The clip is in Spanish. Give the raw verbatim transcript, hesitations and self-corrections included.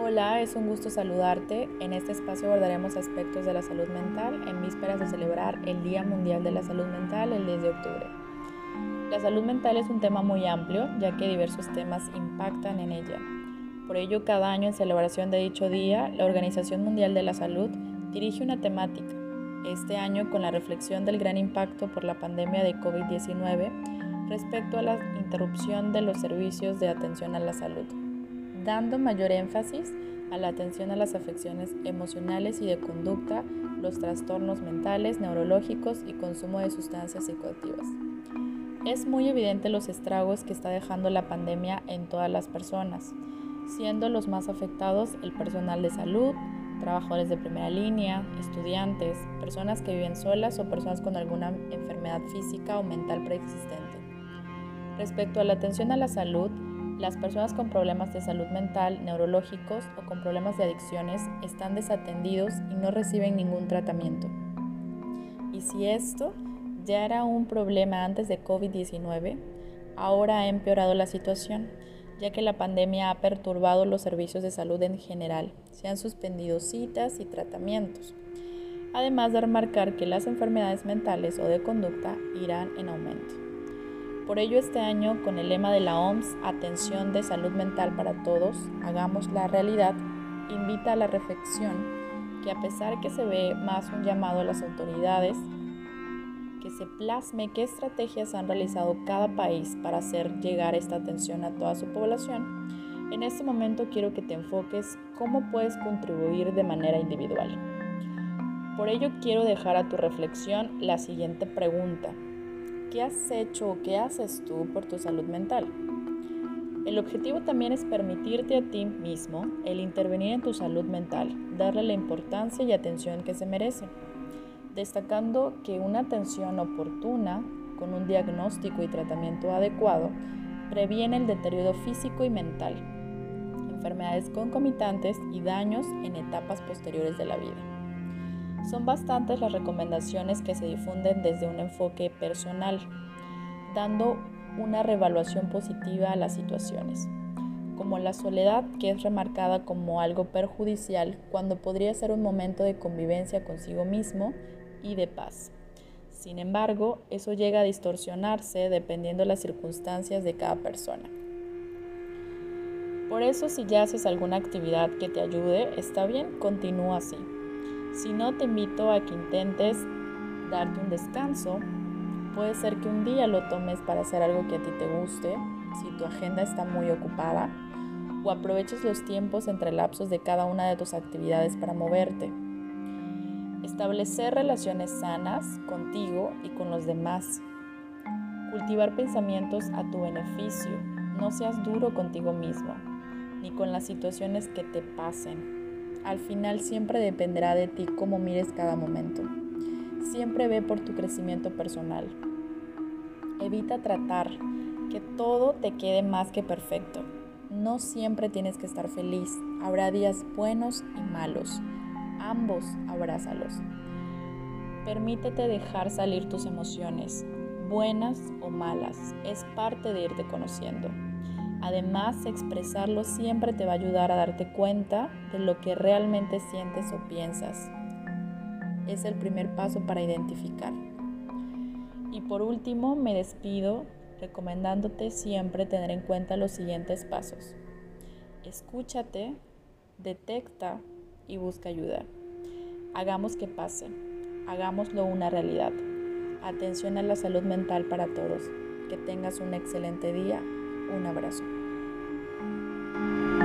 Hola, es un gusto saludarte. En este espacio abordaremos aspectos de la salud mental en vísperas de celebrar el Día Mundial de la Salud Mental el diez de octubre. La salud mental es un tema muy amplio, ya que diversos temas impactan en ella. Por ello, cada año en celebración de dicho día, la Organización Mundial de la Salud dirige una temática. Este año con la reflexión del gran impacto por la pandemia de COVID diecinueve respecto a la interrupción de los servicios de atención a la salud, dando mayor énfasis a la atención a las afecciones emocionales y de conducta, los trastornos mentales, neurológicos y consumo de sustancias psicoactivas. Es muy evidente los estragos que está dejando la pandemia en todas las personas, siendo los más afectados el personal de salud, trabajadores de primera línea, estudiantes, personas que viven solas o personas con alguna enfermedad física o mental preexistente. Respecto a la atención a la salud, las personas con problemas de salud mental, neurológicos o con problemas de adicciones están desatendidos y no reciben ningún tratamiento. Y si esto ya era un problema antes de COVID diecinueve, ahora ha empeorado la situación, ya que la pandemia ha perturbado los servicios de salud en general. Se han suspendido citas y tratamientos, además de remarcar que las enfermedades mentales o de conducta irán en aumento. Por ello, este año, con el lema de la O M S, Atención de Salud Mental para Todos, hagamos la realidad, invita a la reflexión que a pesar que se ve más un llamado a las autoridades, que se plasme qué estrategias han realizado cada país para hacer llegar esta atención a toda su población, en este momento quiero que te enfoques cómo puedes contribuir de manera individual. Por ello, quiero dejar a tu reflexión la siguiente pregunta. ¿Qué has hecho o qué haces tú por tu salud mental? El objetivo también es permitirte a ti mismo el intervenir en tu salud mental, darle la importancia y atención que se merece, destacando que una atención oportuna, con un diagnóstico y tratamiento adecuado, previene el deterioro físico y mental, enfermedades concomitantes y daños en etapas posteriores de la vida. Son bastantes las recomendaciones que se difunden desde un enfoque personal, dando una reevaluación positiva a las situaciones, como la soledad, que es remarcada como algo perjudicial cuando podría ser un momento de convivencia consigo mismo y de paz. Sin embargo, eso llega a distorsionarse dependiendo de las circunstancias de cada persona. Por eso, si ya haces alguna actividad que te ayude, está bien, continúa así. Si no, te invito a que intentes darte un descanso. Puede ser que un día lo tomes para hacer algo que a ti te guste, si tu agenda está muy ocupada, o aproveches los tiempos entre lapsos de cada una de tus actividades para moverte. Establecer relaciones sanas contigo y con los demás. Cultivar pensamientos a tu beneficio. No seas duro contigo mismo, ni con las situaciones que te pasen. Al final siempre dependerá de ti cómo mires cada momento. Siempre ve por tu crecimiento personal. Evita tratar que todo te quede más que perfecto. No siempre tienes que estar feliz. Habrá días buenos y malos. Ambos abrázalos. Permítete dejar salir tus emociones, buenas o malas. Es parte de irte conociendo. Además, expresarlo siempre te va a ayudar a darte cuenta de lo que realmente sientes o piensas. Es el primer paso para identificar. Y por último, me despido recomendándote siempre tener en cuenta los siguientes pasos. Escúchate, detecta y busca ayuda. Hagamos que pase. Hagámoslo una realidad. Atención a la salud mental para todos. Que tengas un excelente día. Un abrazo.